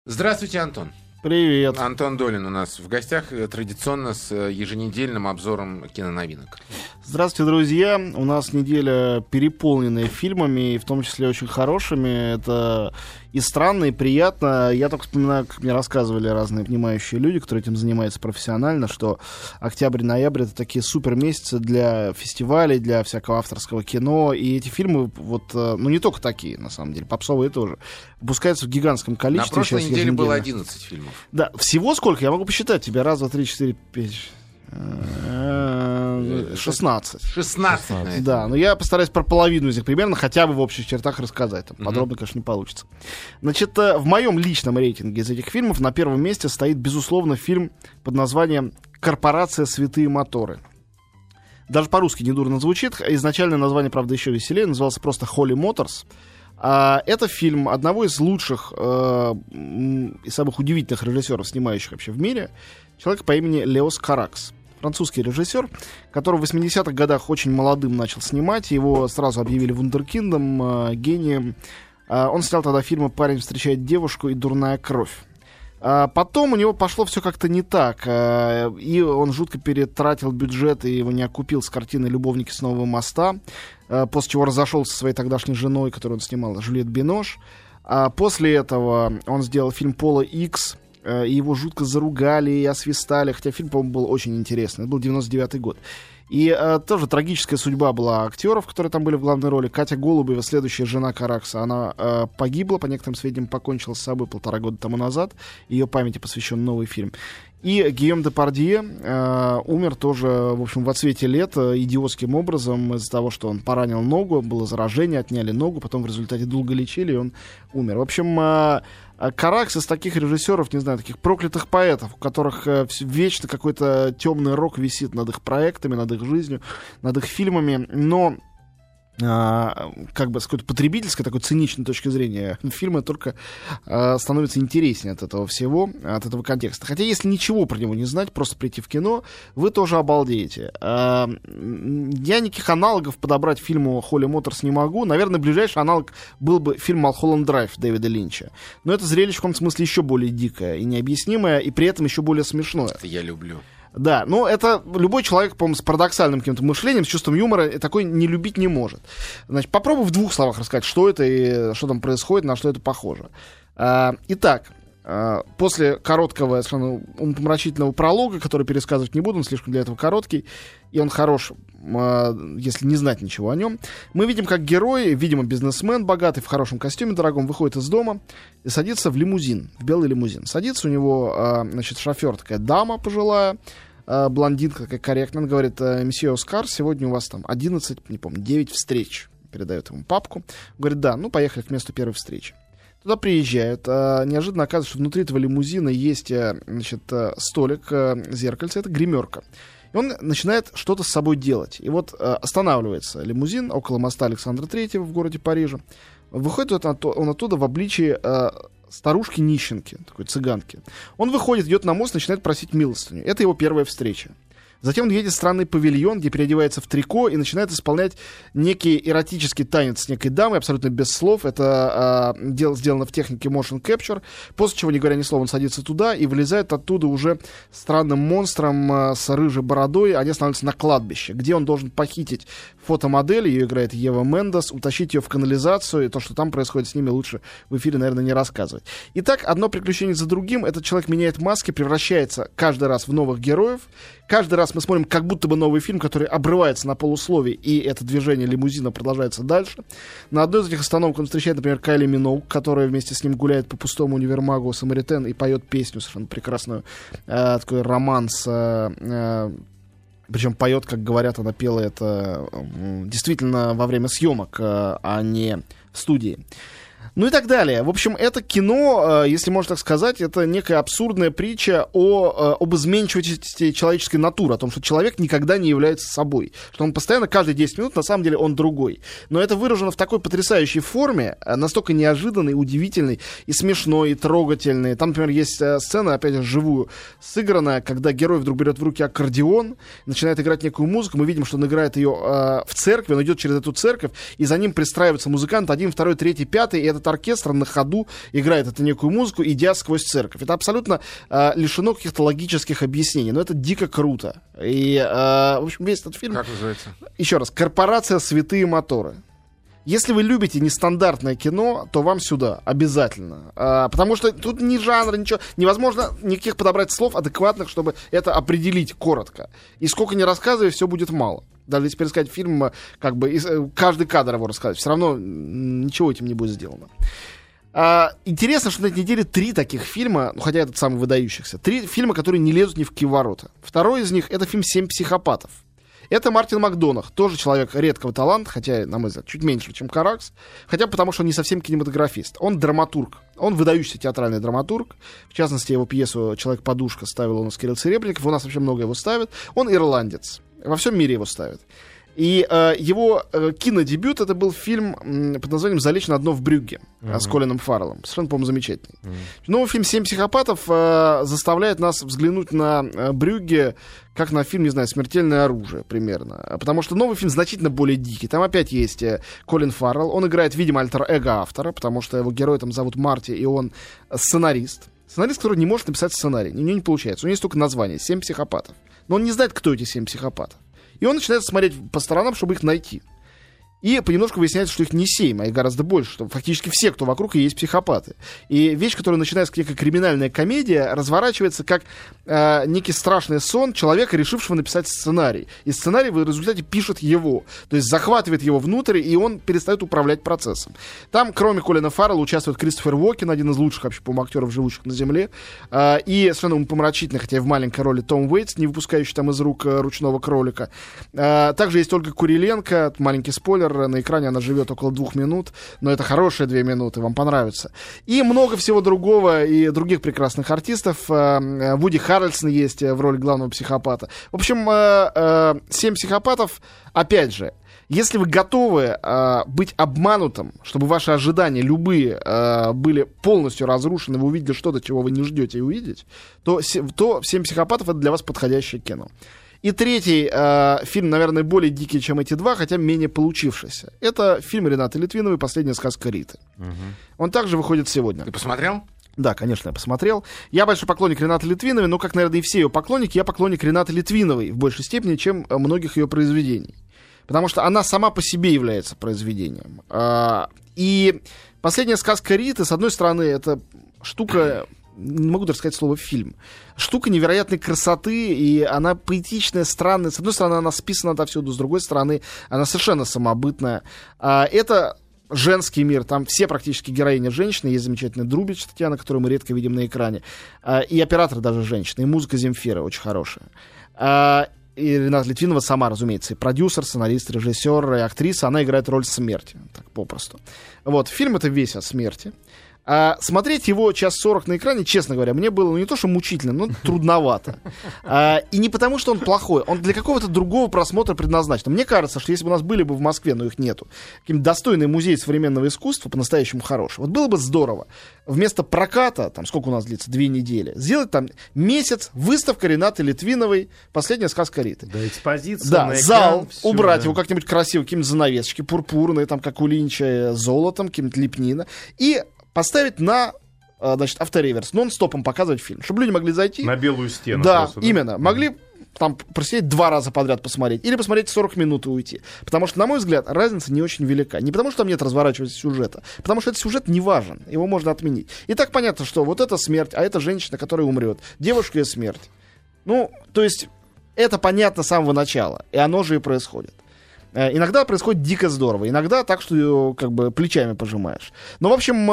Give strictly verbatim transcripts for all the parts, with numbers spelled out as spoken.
Здравствуйте, Антон. Привет. Антон Долин у нас в гостях, традиционно с еженедельным обзором киноновинок. Здравствуйте, друзья. У нас неделя переполненная фильмами, и в том числе очень хорошими. Это и странно, и приятно. Я только вспоминаю, как мне рассказывали разные понимающие люди, которые этим занимаются профессионально, что октябрь, ноябрь — это такие супер месяцы для фестивалей, для всякого авторского кино. И эти фильмы, вот, ну не только такие, на самом деле, попсовые тоже, выпускаются в гигантском количестве. На прошлой неделе было одиннадцать фильмов. Да, всего сколько? Я могу посчитать тебе. Раз, два, три, четыре, пять... шестнадцать. шестнадцать. Да, но я постараюсь про половину из них примерно хотя бы в общих чертах рассказать. Там, подробно, конечно, не получится. Значит, в моем личном рейтинге из этих фильмов на первом месте стоит, безусловно, фильм под названием «Корпорация Святые Моторы». Даже по-русски недурно звучит. Изначальное название, правда, еще веселее. Назывался просто «Holy Motors». А это фильм одного из лучших э, и самых удивительных режиссеров, снимающих вообще в мире. Человек по имени Леос Каракс. Французский режиссер, который в восьмидесятых годах очень молодым начал снимать. Его сразу объявили вундеркиндом, э, гением. Э, он снял тогда фильмы «Парень встречает девушку» и «Дурная кровь». А потом у него пошло все как-то не так. Э, и он жутко перетратил бюджет и его не окупил с картиной «Любовники с Нового моста». Э, после чего разошелся со своей тогдашней женой, которую он снимал, Жюльет Бинош. А после этого он сделал фильм «Пола Икс». И его жутко заругали и освистали, хотя фильм, по-моему, был очень интересный. Это был девяносто девятый год. И э, тоже трагическая судьба была актеров, которые там были в главной роли. Катя Голубева, следующая жена Каракса, она э, погибла, по некоторым сведениям, покончила с собой полтора года тому назад. Ее памяти посвящен новый фильм. И Гийом Депардье э, умер тоже, в общем, в отсвете лет э, идиотским образом из-за того, что он поранил ногу, было заражение, отняли ногу, потом в результате долго лечили, и он умер. В общем, э, Каракс из таких режиссеров, не знаю, таких проклятых поэтов, у которых э, вечно какой-то темный рок висит над их проектами, над их жизнью, над их фильмами, но а, как бы с какой-то потребительской, такой циничной точки зрения фильмы только а, становятся интереснее от этого всего, от этого контекста. Хотя если ничего про него не знать, просто прийти в кино, вы тоже обалдеете. А, я никаких аналогов подобрать фильму «Холли Моторс» не могу. Наверное, ближайший аналог был бы фильм «Малхолланд Драйв» Дэвида Линча. Но это зрелище в каком-то смысле еще более дикое и необъяснимое, и при этом еще более смешное. Это я люблю. Да, но это любой человек, по-моему, с парадоксальным каким-то мышлением, с чувством юмора такой не любить не может. Значит, попробуй в двух словах рассказать, что это и что там происходит, на что это похоже. А, итак, а, после короткого, совершенно умопомрачительного пролога, который пересказывать не буду, он слишком для этого короткий, и он хорош, а, если не знать ничего о нем, мы видим, как герой, видимо, бизнесмен, богатый, в хорошем костюме дорогом, выходит из дома и садится в лимузин, в белый лимузин. Садится у него, а, значит, шофер, такая дама пожилая, а, блондинка такая корректная, она говорит: «Месье Оскар, сегодня у вас там одиннадцать, не помню, девять встреч». Передает ему папку. Говорит: «Да, ну поехали к месту первой встречи». Туда приезжают, а, неожиданно оказывается, что внутри этого лимузина есть, значит, столик, зеркальце, это гримерка. И он начинает что-то с собой делать. И вот э, останавливается лимузин около моста Александра Третьего в городе Париже. Выходит он, он оттуда в обличии э, старушки-нищенки, такой цыганки. Он выходит, идет на мост, начинает просить милостыню. Это его первая встреча. Затем он едет в странный павильон, где переодевается в трико и начинает исполнять некий эротический танец с некой дамой, абсолютно без слов. Это э, дело, сделано в технике motion capture. После чего, не говоря ни слова, он садится туда и вылезает оттуда уже странным монстром э, с рыжей бородой. Они останавливаются на кладбище, где он должен похитить фотомодель, ее играет Ева Мендес, утащить ее в канализацию, и то, что там происходит с ними, лучше в эфире, наверное, не рассказывать. Итак, одно приключение за другим. Этот человек меняет маски, превращается каждый раз в новых героев. Каждый раз мы смотрим как будто бы новый фильм, который обрывается на полусловии, и это движение лимузина продолжается дальше. На одной из этих остановок он встречает, например, Кайли Миноуг, которая вместе с ним гуляет по пустому универмагу Самаритен и поет песню совершенно прекрасную, э, такой романс, э, э, причем поет, как говорят, она пела это э, действительно во время съемок, э, а не в студии. Ну и так далее. В общем, это кино, если можно так сказать, это некая абсурдная притча о, об изменчивости человеческой натуры, о том, что человек никогда не является собой, что он постоянно, каждые десять минут, на самом деле, он другой. Но это выражено в такой потрясающей форме, настолько неожиданной, удивительной и смешной, и трогательной. Там, например, есть сцена, опять же, живую, сыгранная, когда герой вдруг берет в руки аккордеон, начинает играть некую музыку, мы видим, что он играет ее э, в церкви, он идет через эту церковь, и за ним пристраиваются музыканты, один, второй, третий, пятый, и этот оркестр на ходу играет эту некую музыку, идя сквозь церковь. Это абсолютно э, лишено каких-то логических объяснений, но это дико круто. И, э, в общем, весь этот фильм... Как называется? Еще раз, «Корпорация «Святые моторы». Если вы любите нестандартное кино, то вам сюда обязательно. А, потому что тут ни жанра, ничего. Невозможно никаких подобрать слов адекватных, чтобы это определить коротко. И сколько ни рассказывай, все будет мало. Даже если пересказать фильм, как бы каждый кадр его рассказать, все равно ничего этим не будет сделано. А, интересно, что на этой неделе три таких фильма, ну, хотя этот самый выдающихся, три фильма, которые не лезут ни в какие ворота. Второй из них — это фильм «Семь психопатов». Это Мартин Макдонах, тоже человек редкого таланта, хотя, на мой взгляд, чуть меньше, чем Каракс, хотя потому, что он не совсем кинематографист. Он драматург, он выдающийся театральный драматург, в частности, его пьесу «Человек-подушка» ставил у нас Кирилл Серебренников, у нас вообще много его ставят. Он ирландец, во всем мире его ставят. И э, его э, кинодебют — это был фильм э, под названием «Залечь на дно в Брюгге» uh-huh. с Колином Фарреллом. Совершенно, по-моему, замечательный. Uh-huh. Новый фильм «Семь психопатов» э, заставляет нас взглянуть на э, Брюгге как на фильм, не знаю, «Смертельное оружие» примерно. Потому что новый фильм значительно более дикий. Там опять есть э, Колин Фаррелл. Он играет, видимо, альтер-эго автора, потому что его героя там зовут Марти, и он сценарист. Сценарист, который не может написать сценарий. У него не получается. У него есть только название «Семь психопатов». Но он не знает, кто эти семь психопатов. И он начинает смотреть по сторонам, чтобы их найти. И понемножку выясняется, что их не семь, а их гораздо больше, что фактически все, кто вокруг, и есть психопаты. И вещь, которая начинается как криминальная комедия, разворачивается как э, некий страшный сон человека, решившего написать сценарий. И сценарий в результате пишет его. То есть захватывает его внутрь, и он перестает управлять процессом. Там, кроме Колина Фаррелла, участвует Кристофер Уокен, один из лучших, вообще, по-моему, актеров, живущих на Земле. Э, и совершенно помрачительный, хотя и в маленькой роли, Том Уэйтс, не выпускающий там из рук э, ручного кролика. Э, также есть Ольга Куриленко, маленький спойлер, на экране она живет около двух минут, но это хорошие две минуты, вам понравится. И много всего другого, и других прекрасных артистов. Вуди Харрельсон есть в роли главного психопата. В общем, «Семь психопатов», опять же, если вы готовы э, быть обманутым, чтобы ваши ожидания любые э, были полностью разрушены, вы увидели что-то, чего вы не ждете увидеть, то, то «Семь психопатов» — это для вас подходящее кино. И третий э, фильм, наверное, более дикий, чем эти два, хотя менее получившийся. Это фильм Ренаты Литвиновой «Последняя сказка Риты». Угу. Он также выходит сегодня. Ты посмотрел? Да, конечно, я посмотрел. Я большой поклонник Ренаты Литвиновой, но, как, наверное, и все ее поклонники, я поклонник Ренаты Литвиновой в большей степени, чем многих ее произведений. Потому что она сама по себе является произведением. Э, и «Последняя сказка Риты», с одной стороны, это штука... Не могу даже сказать слово «фильм». Штука невероятной красоты, и она поэтичная, странная. С одной стороны, она списана отовсюду, с другой стороны, она совершенно самобытная. А это женский мир, там все практически героини женщины. Есть замечательная Друбич Татьяна, которую мы редко видим на экране. А, и оператор даже женщина, и музыка Земфира очень хорошая. А, и Рената Литвинова сама, разумеется, и продюсер, сценарист, режиссер, и актриса. Она играет роль смерти, так попросту. Вот, фильм — это весь о смерти. А, смотреть его час сорок на экране, честно говоря, мне было ну, не то, что мучительно, но трудновато. А, и не потому, что он плохой, он для какого-то другого просмотра предназначен. Мне кажется, что если бы у нас были бы в Москве, но их нету, каким-то достойный музей современного искусства, по-настоящему хороший, вот было бы здорово. Вместо проката, там сколько у нас длится, две недели, сделать там месяц, выставка Ренаты Литвиновой «Последняя сказка Риты». Да, экспозиция, да, на экран, зал, всё, убрать да. его как-нибудь красиво, какие-нибудь занавесочки пурпурные, там, как у Линча, золотом, каким-нибудь лепнина. И поставить на, значит, автореверс, нон-стопом показывать фильм, чтобы люди могли зайти. На белую стену. Да, просто, да? именно. Могли там просидеть два раза подряд посмотреть, или посмотреть сорок минут и уйти. Потому что, на мой взгляд, разница не очень велика. Не потому что там нет разворачивания сюжета, потому что этот сюжет не важен, его можно отменить. И так понятно, что вот это смерть, а это женщина, которая умрет. Девушка и смерть. Ну, то есть, это понятно с самого начала, и оно же и происходит. Иногда происходит дико здорово, иногда так, что как бы плечами пожимаешь. Но, в общем,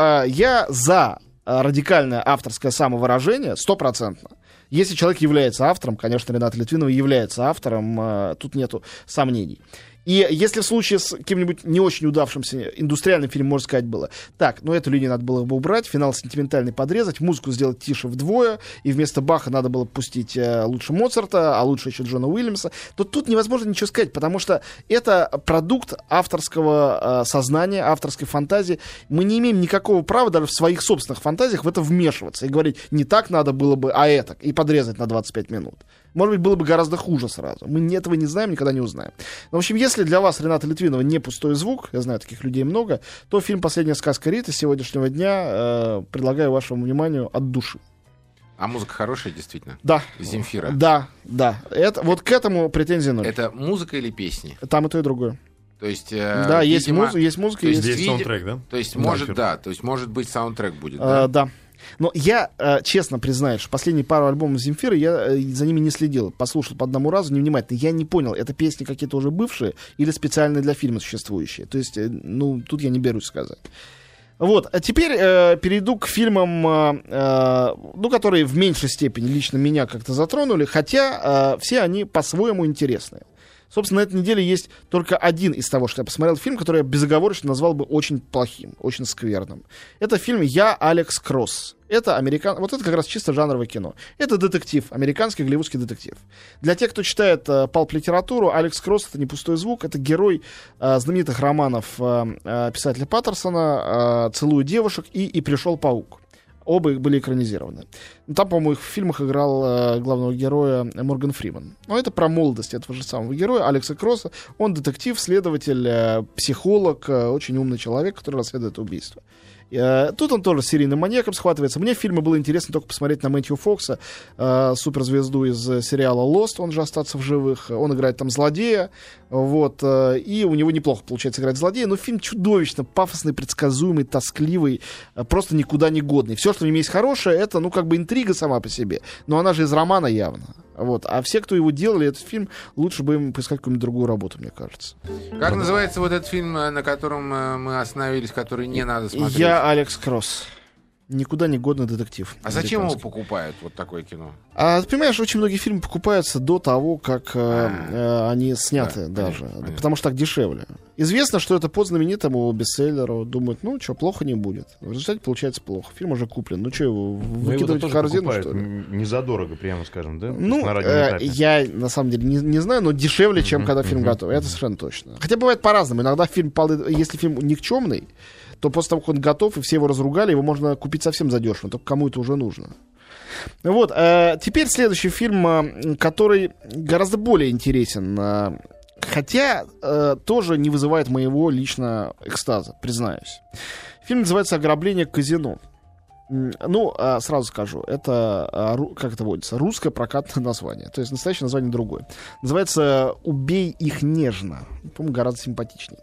я за радикальное авторское самовыражение стопроцентно. Если человек является автором, конечно, Рената Литвинова является автором, тут нету сомнений. И если в случае с каким-нибудь не очень удавшимся индустриальным фильмом, можно сказать, было так, ну эту линию надо было бы убрать, финал сентиментальный подрезать, музыку сделать тише вдвое, и вместо Баха надо было пустить э, лучше Моцарта, а лучше еще Джона Уильямса, то тут невозможно ничего сказать, потому что это продукт авторского э, сознания, авторской фантазии. Мы не имеем никакого права даже в своих собственных фантазиях в это вмешиваться и говорить, не так надо было бы, а это, и подрезать на двадцать пять минут. Может быть, было бы гораздо хуже сразу. Мы этого не знаем, никогда не узнаем. Но, в общем, если для вас Рената Литвинова не пустой звук, я знаю, таких людей много, то фильм «Последняя сказка Риты» с сегодняшнего дня э, предлагаю вашему вниманию от души. А музыка хорошая, действительно? Да. Земфира? Да, да. Это, вот к этому претензий ноль. Это музыка или песни? Там и то, и другое. То есть, э, да, видимо, есть, муз, есть музыка, есть... Здесь саундтрек, да? То есть, Да, может, эфир. да, то есть, может быть, саундтрек будет, А, да? да. Но я, э, честно признаюсь, что последние пару альбомов Земфиры я э, за ними не следил. Послушал по одному разу невнимательно. Я не понял, это песни какие-то уже бывшие или специальные для фильма существующие. То есть, э, ну, тут я не берусь сказать. Вот, а теперь э, перейду к фильмам, э, э, ну, которые в меньшей степени лично меня как-то затронули, хотя э, все они по-своему интересные. Собственно, на этой неделе есть только один из того, что я посмотрел, фильм, который я безоговорочно назвал бы очень плохим, очень скверным. Это фильм «Я, Алекс Кросс». Это американ... Вот это как раз чисто жанровое кино. Это детектив, американский голливудский детектив. Для тех, кто читает э, палп-литературу, Алекс Кросс — это не пустой звук, это герой э, знаменитых романов э, э, писателя Паттерсона э, «Целую девушек» и «И пришел паук». Оба их были экранизированы. Там, по-моему, их в фильмах играл э, главного героя Морган Фриман. Но это про молодость этого же самого героя, Алекса Кросса. Он детектив, следователь, э, психолог, э, очень умный человек, который расследует убийство. Э, тут он тоже с серийным маньяком схватывается. Мне в фильме было интересно только посмотреть на Мэтью Фокса, э, суперзвезду из сериала «Лост», он же «Остаться в живых». Он играет там злодея, вот, э, и у него неплохо получается играть злодея, но фильм чудовищно пафосный, предсказуемый, тоскливый, э, просто никуда не годный. Все, что в нем есть хорошее, это, ну, как бы интрига сама по себе, но она же из романа явно. Вот. А все, кто его делали, этот фильм, лучше бы им поискать какую-нибудь другую работу, мне кажется. Как называется вот этот фильм, на котором э, мы остановились, который не надо смотреть? «Я, Алекс Кросс». Никуда не годный детектив. А зачем его американский. покупают, вот такое кино? А ты понимаешь, очень многие фильмы покупаются до того, как э, э, они сняты Да, даже. понятно, понятно. Потому что так дешевле. Известно, что это по знаменитому бестселлеру. Думают, ну что, плохо не будет. В результате получается плохо. Фильм уже куплен. Ну что, его выкидывать в корзину, что ли? Не задорого, прямо скажем, да? Ну, на раннем э, этапе. я на самом деле не, не знаю, но дешевле, чем Мгм, когда фильм мгм, готов. Это совершенно точно. Хотя бывает по-разному. Иногда фильм, падает- если фильм никчемный, то после того, как он готов, и все его разругали, его можно купить совсем задешево. Только кому это уже нужно. Вот. э, теперь следующий фильм, э, который гораздо более интересен. э, Хотя э, тоже не вызывает моего лично экстаза, признаюсь. Фильм называется «Ограбление казино». М, Ну, а, сразу скажу, это, а, ру- как это водится, русское прокатное название. То есть настоящее название другое. Называется «Убей их нежно». По-моему, гораздо симпатичнее.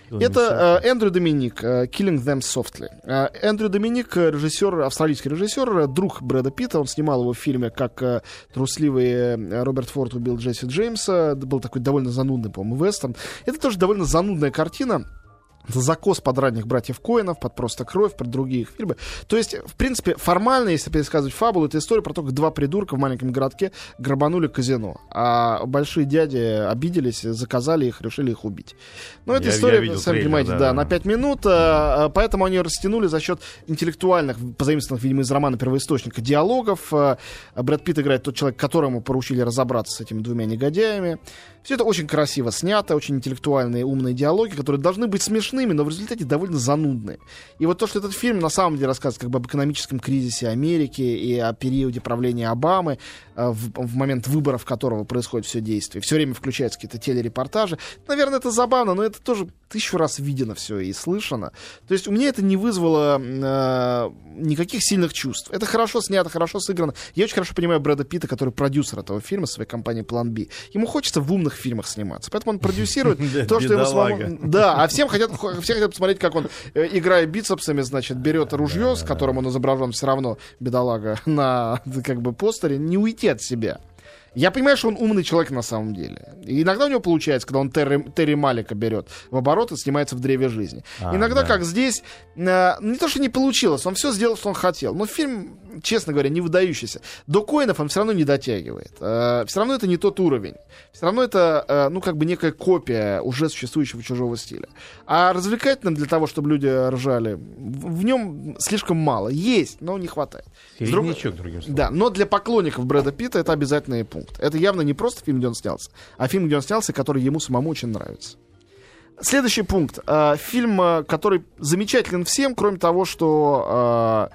Это э, Эндрю Доминик, э, «Killing Them Softly». Э, Эндрю Доминик, э, режиссер, австралийский режиссер, э, друг Брэда Питта. Он снимал его в фильме, как э, трусливый э, Роберт Форд убил Джесси Джеймса. Это был такой довольно занудный, по-моему, вестерн. Это тоже довольно занудная картина. Это закос под ранних братьев Коэнов, под «Просто кровь», под другие их фильмы. То есть, в принципе, формально, если пересказывать фабулу, это история про то, как два придурка в маленьком городке грабанули казино. А большие дяди обиделись, заказали их, решили их убить. Ну, эта Я- история, я видел сами трейлер, понимаете, да, да, да. на пять минут, а, а, поэтому они растянули за счет интеллектуальных, позаимствованных, видимо, из романа первоисточника диалогов. А, Брэд Питт играет тот человек, которому поручили разобраться с этими двумя негодяями. Все это очень красиво снято, очень интеллектуальные, умные диалоги, которые должны быть смешными, но в результате довольно занудные. И вот то, что этот фильм на самом деле рассказывает как бы об экономическом кризисе Америки и о периоде правления Обамы, э, в, в момент выборов которого происходит все действие, все время включаются какие-то телерепортажи. Наверное, это забавно, но это тоже тысячу раз видено все и слышано. То есть у меня это не вызвало э, никаких сильных чувств. Это хорошо снято, хорошо сыграно. Я очень хорошо понимаю Брэда Питта, который продюсер этого фильма, своей компании План Би. Ему хочется в умных фильмах сниматься, поэтому он продюсирует то, что ему самому... Да, а всем хотят, все хотят посмотреть, как он, э, играя бицепсами, значит, берет ружье, с которым он изображен все равно, бедолага, на как бы постере, не уйти от себя. Я понимаю, что он умный человек на самом деле. И иногда у него получается, когда он Терри, Терри Малика берет в оборот и снимается в «Древе жизни». А, иногда, да. как здесь, э, не то, что не получилось, он все сделал, что он хотел. Но фильм, честно говоря, не выдающийся. До Коэнов он все равно не дотягивает. Э, все равно это не тот уровень. Все равно это, э, ну, как бы некая копия уже существующего чужого стиля. А развлекательным для того, чтобы люди ржали, в, в нем слишком мало. Есть, но не хватает. С друг- Середнячок, другим словом. Да, но для поклонников Брэда Питта это обязательный пункт. Это явно не просто фильм, где он снялся, а фильм, где он снялся, который ему самому очень нравится. Следующий пункт. Э, фильм, э, который замечателен всем, кроме того, что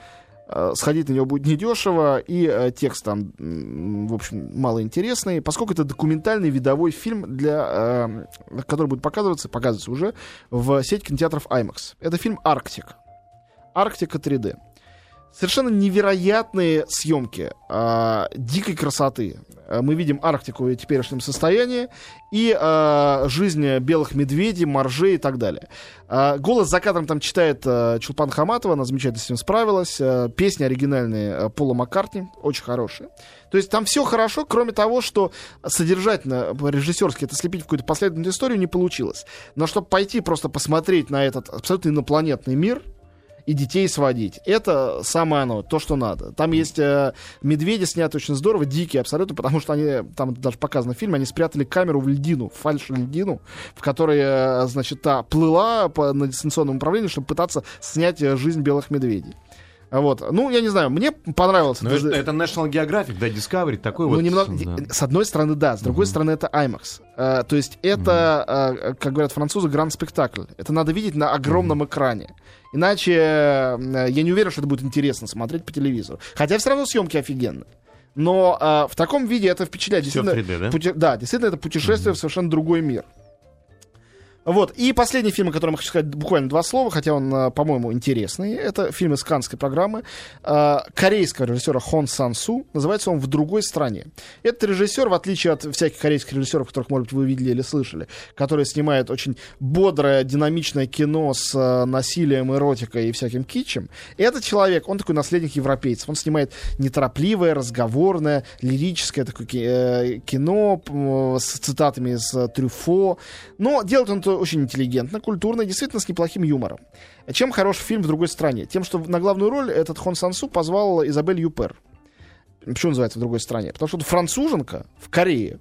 Сходить на него будет недешево, и э, текст там, в общем, малоинтересный, поскольку это документальный видовой фильм, для, э, который будет показываться, показывается уже в сети кинотеатров IMAX. Это фильм «Арктик». «Арктика три дэ». Совершенно невероятные съемки, э, дикой красоты. Мы видим Арктику в теперешнем состоянии и э, жизнь белых медведей, моржей и так далее. Э, голос за кадром там читает э, Чулпан Хаматова, она замечательно с ним справилась. Э, песни оригинальные э, Пола Маккартни, очень хорошие. То есть там все хорошо, кроме того, что содержательно, режиссерски это слепить в какую-то последовательную историю не получилось. Но чтобы пойти просто посмотреть на этот абсолютно инопланетный мир и детей сводить. Это самое оно, то, что надо. Там есть э, медведи, сняты очень здорово, дикие абсолютно, потому что они, там даже показано в фильме, они спрятали камеру в льдину, в фальш-льдину, в которой, э, значит, та плыла по, на дистанционном управлении, чтобы пытаться снять э, жизнь белых медведей. Вот. Ну, я не знаю, мне понравилось. Но это, это National Geographic, да, Discovery, такой ну, вот. Немного, да. С одной стороны, да, с другой uh-huh. стороны, это IMAX. Uh, то есть это, uh, как говорят французы, гранд-спектакль. Это надо видеть на огромном uh-huh. экране. Иначе uh, я не уверен, что это будет интересно смотреть по телевизору. Хотя все равно съемки офигенные. Но uh, в таком виде это впечатляет. Все в три дэ, да? Пути... Да, действительно, это путешествие uh-huh. в совершенно другой мир. Вот. И последний фильм, о котором я хочу сказать буквально два слова, хотя он, по-моему, интересный. Это фильм из Каннской программы корейского режиссера Хон Сан-су. Называется он «В другой стране». Этот режиссер, в отличие от всяких корейских режиссеров, которых, может быть, вы видели или слышали, который снимает очень бодрое, динамичное кино с насилием, эротикой и всяким китчем, этот человек, он такой наследник европейцев. Он снимает неторопливое, разговорное, лирическое такое кино с цитатами из Трюфо. Но делает он это очень интеллигентно, культурно, действительно с неплохим юмором. Чем хорош фильм «В другой стране»? Тем, что на главную роль этот Хон Сан-су позвал Изабель Юпер. Почему называется «В другой стране»? Потому что это француженка в Корее.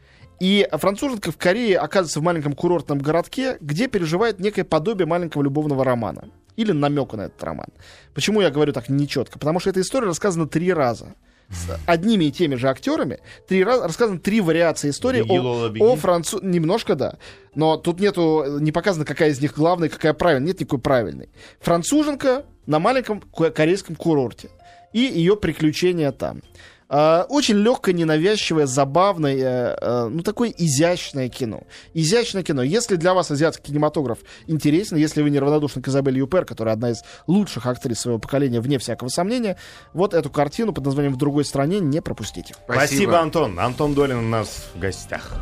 И француженка в Корее оказывается в маленьком курортном городке, где переживает некое подобие маленького любовного романа. Или намека на этот роман. Почему я говорю так нечетко? Потому что эта история рассказана три раза. С одними и теми же актерами три раза рассказаны три вариации истории Беги, о, Лола, беги. о француз... Немножко, да. Но тут нету, не показано, какая из них главная, какая правильная. Нет никакой правильной. Француженка на маленьком корейском курорте. И ее приключения там. Uh, очень легкое, ненавязчивое, забавное, uh, ну, такое изящное кино. Изящное кино. Если для вас азиатский кинематограф интересен, если вы неравнодушны к Изабель Юпер, которая одна из лучших актрис своего поколения, вне всякого сомнения, вот эту картину под названием «В другой стране» не пропустите. Спасибо, Спасибо Антон. Антон Долин у нас в гостях.